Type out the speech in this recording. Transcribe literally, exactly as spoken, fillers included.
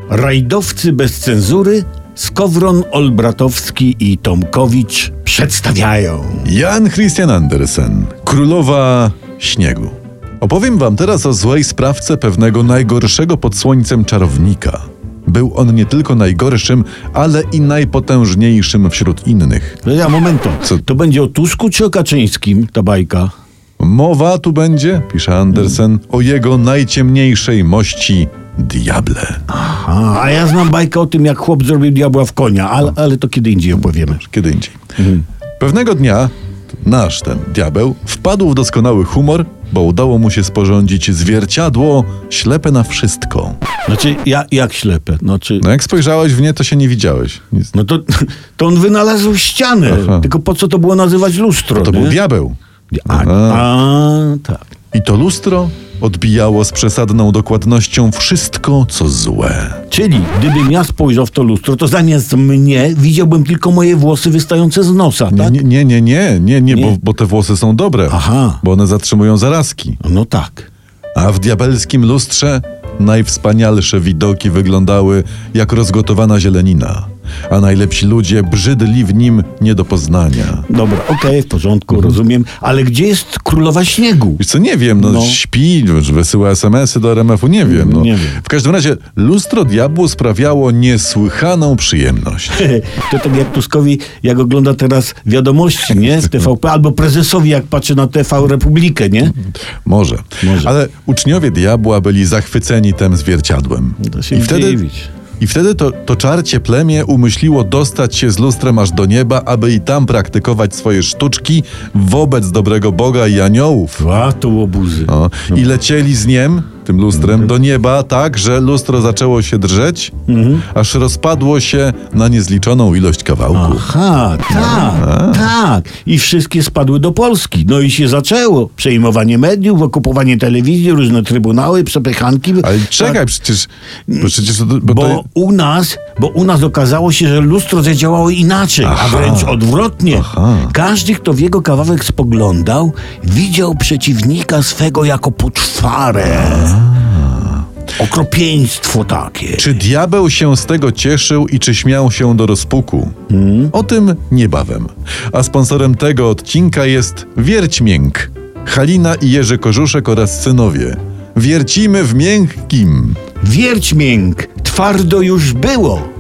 Rajdowcy bez cenzury, Skowron, Olbratowski i Tomkowicz przedstawiają Jan Christian Andersen, Królowa Śniegu. Opowiem wam teraz o złej sprawce pewnego najgorszego pod słońcem czarownika. Był on nie tylko najgorszym, ale i najpotężniejszym wśród innych. Ja momento, Co? to będzie o Tusku czy o Kaczyńskim ta bajka? Mowa tu będzie, pisze Andersen, o jego najciemniejszej mości diable. Aha, a ja znam bajkę o tym, jak chłop zrobił diabła w konia, ale, ale to kiedy indziej opowiemy. Kiedy indziej. Mhm. Pewnego dnia nasz ten diabeł wpadł w doskonały humor, bo udało mu się sporządzić zwierciadło ślepe na wszystko. Znaczy, ja, jak ślepę? Znaczy, No jak spojrzałeś w nie, to się nie widziałeś. Nic. no to, to on wynalazł ścianę. Aha. Tylko po co to było nazywać lustro? To nie? był diabeł. A, Aha. a, tak. I to lustro odbijało z przesadną dokładnością wszystko, co złe. Czyli gdybym ja spojrzał w to lustro, to zamiast mnie widziałbym tylko moje włosy wystające z nosa, tak? Nie, nie, nie, nie, nie, nie, Nie? Bo, bo te włosy są dobre, Aha. bo one zatrzymują zarazki. No tak. A w diabelskim lustrze najwspanialsze widoki wyglądały jak rozgotowana zielenina, a najlepsi ludzie brzydli w nim nie do poznania. Dobra, okej, w porządku, Mhm. rozumiem. Ale gdzie jest Królowa Śniegu? Wiesz co, nie wiem, no, No. śpi, wysyła es em esy do er em efu, nie wiem. No. Nie wiem. W każdym razie lustro diabłu sprawiało niesłychaną przyjemność. To tak jak Tuskowi, jak ogląda teraz wiadomości, nie? Z T V P, albo prezesowi, jak patrzy na T V Republikę, nie? Może. Może. Ale uczniowie diabła byli zachwyceni tym zwierciadłem. To się I wtedy, dziwić. i wtedy to, to czarcie plemię umyśliło dostać się z lustrem aż do nieba, aby i tam praktykować swoje sztuczki wobec dobrego Boga i aniołów. A, to łobuzy. O, I lecieli z niem, tym lustrem, do nieba tak, że lustro zaczęło się drżeć, Mhm. aż rozpadło się na niezliczoną ilość kawałków. Aha, tak, tak. I wszystkie spadły do Polski. No i się zaczęło. Przejmowanie mediów, okupowanie telewizji, różne trybunały, przepychanki. Ale czekaj, przecież... Bo przecież to, bo Bo to, u nas, bo u nas okazało się, że lustro zadziałało inaczej, Aha. a wręcz odwrotnie. Aha. Każdy, kto w jego kawałek spoglądał, widział przeciwnika swego jako poczwarę. Okropieństwo takie. Czy diabeł się z tego cieszył i czy śmiał się do rozpuku? Hmm? O tym niebawem. A sponsorem tego odcinka jest Wierćmięk. Halina i Jerzy Korzuszek oraz synowie. Wiercimy w miękkim. Wierćmięk, twardo już było.